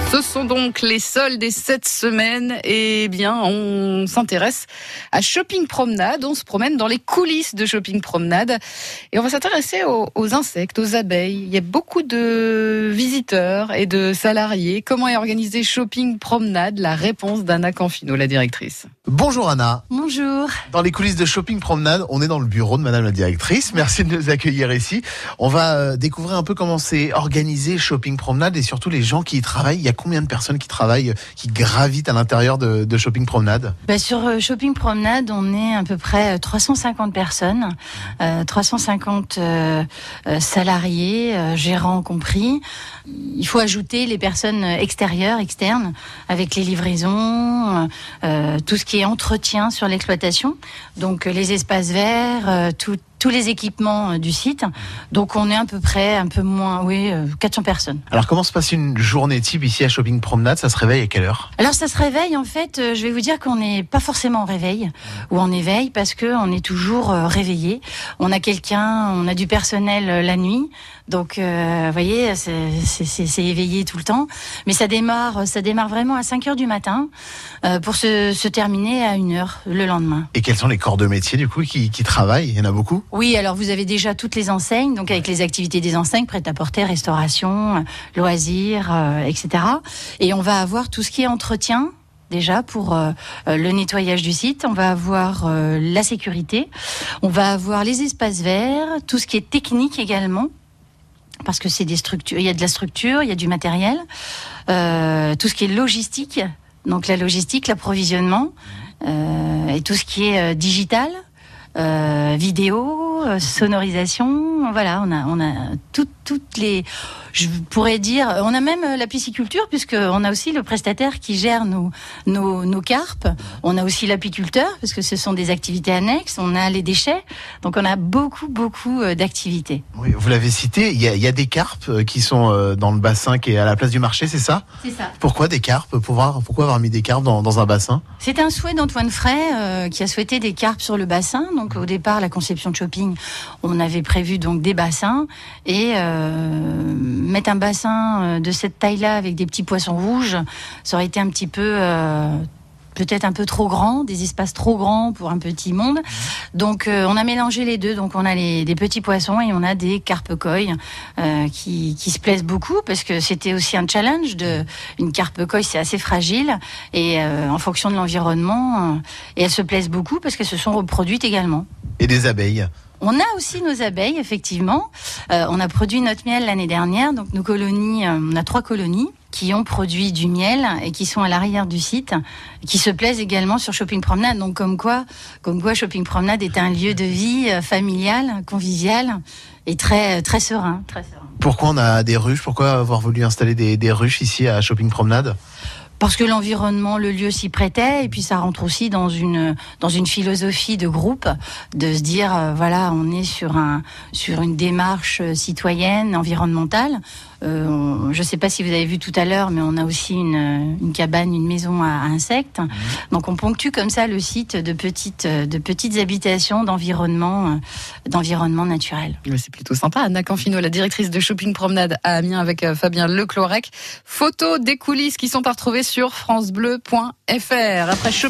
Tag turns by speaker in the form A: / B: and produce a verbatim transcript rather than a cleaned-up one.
A: Ce sont donc les soldes des sept semaines et bien on s'intéresse à Shopping Promenade. On se promène dans les coulisses de Shopping Promenade et on va s'intéresser aux, aux insectes, aux abeilles. Il y a beaucoup de visiteurs et de salariés. Comment est organisé Shopping Promenade? La réponse d'Anna Canfino, la directrice.
B: Bonjour Anna.
C: Bonjour.
B: Dans les coulisses de Shopping Promenade, on est dans le bureau de Madame la directrice. Merci de nous accueillir ici. On va découvrir un peu comment c'est organisé Shopping Promenade et surtout les gens qui y travaillent. Il y a combien de personnes qui travaillent, qui gravitent à l'intérieur de, de Shopping Promenade?
C: Bah sur euh, Shopping Promenade, on est à peu près trois cent cinquante personnes, euh, trois cent cinquante euh, euh, salariés, euh, gérants compris. Il faut ajouter les personnes extérieures, externes, avec les livraisons, euh, tout ce qui est entretien sur l'exploitation, donc euh, les espaces verts, euh, tout tous les équipements du site. Donc on est à peu près un peu moins, oui, quatre cents personnes.
B: Alors comment se passe une journée type ici à Shopping Promenade? Ça se réveille à quelle heure?
C: Alors ça se réveille en fait, je vais vous dire qu'on n'est pas forcément en réveil ou en éveil parce que on est toujours réveillé. On a quelqu'un, on a du personnel la nuit. Donc euh, vous voyez, c'est, c'est, c'est, c'est éveillé tout le temps. Mais ça démarre, ça démarre vraiment à cinq heures du matin euh, pour se, se terminer à une heure le lendemain.
B: Et quels sont les corps de métier du coup qui, qui travaillent? Il y en a beaucoup?
C: Oui, alors vous avez déjà toutes les enseignes, donc avec les activités des enseignes, prêt-à-porter, restauration, loisirs, euh, et cetera. Et on va avoir tout ce qui est entretien, déjà pour euh, le nettoyage du site. On va avoir euh, la sécurité, on va avoir les espaces verts, tout ce qui est technique également. Parce que c'est des structures, il y a de la structure, il y a du matériel, euh, tout ce qui est logistique, donc la logistique, l'approvisionnement, euh, et tout ce qui est euh, digital, euh, vidéo, euh, sonorisation, voilà, on a, on a tout, toutes les, je pourrais dire, on a même la pisciculture puisque on a aussi le prestataire qui gère nos, nos, nos carpes, on a aussi l'apiculteur parce que ce sont des activités annexes, on a les déchets, donc on a beaucoup, beaucoup d'activités.
B: Oui, vous l'avez cité, il y a, il y a des carpes qui sont dans le bassin qui est à la place du marché, c'est ça? C'est ça. Pourquoi des carpes? Pourquoi, pourquoi avoir mis des carpes dans, dans un bassin? C'est
C: un souhait d'Antoine Fray euh, qui a souhaité des carpes sur le bassin. Donc au départ, la conception de Shopping, on avait prévu donc des bassins et euh, mettre un bassin de cette taille-là avec des petits poissons rouges, ça aurait été un petit peu euh, peut-être un peu trop grand, des espaces trop grands pour un petit monde. Donc euh, on a mélangé les deux, donc on a les, des petits poissons et on a des carpe koi euh, qui, qui se plaisent beaucoup parce que c'était aussi un challenge. De, une carpe koi, c'est assez fragile et euh, en fonction de l'environnement, euh, et elles se plaisent beaucoup parce qu'elles se sont reproduites également.
B: Et des abeilles?
C: On a aussi nos abeilles, effectivement. Euh, on a produit notre miel l'année dernière. Donc nos colonies, euh, on a trois colonies qui ont produit du miel et qui sont à l'arrière du site, qui se plaisent également sur Shopping Promenade. Donc comme quoi, comme quoi Shopping Promenade est un lieu de vie euh, familial, convivial et très, très serein, très serein.
B: Pourquoi on a des ruches? Pourquoi avoir voulu installer des, des ruches ici à Shopping Promenade?
C: Parce que l'environnement, le lieu s'y prêtait, et puis ça rentre aussi dans une dans une philosophie de groupe, de se dire euh, voilà, on est sur un sur une démarche citoyenne, environnementale. Euh, on, je ne sais pas si vous avez vu tout à l'heure, mais on a aussi une, une cabane, une maison à, à insectes. Mmh. Donc on ponctue comme ça le site de petites de petites habitations, d'environnement d'environnement naturel.
A: C'est plutôt sympa. Anna Canfino, la directrice de Shopping Promenade à Amiens avec Fabien Leclorec. Photos des coulisses qui sont à retrouver sur francebleu point f r. Après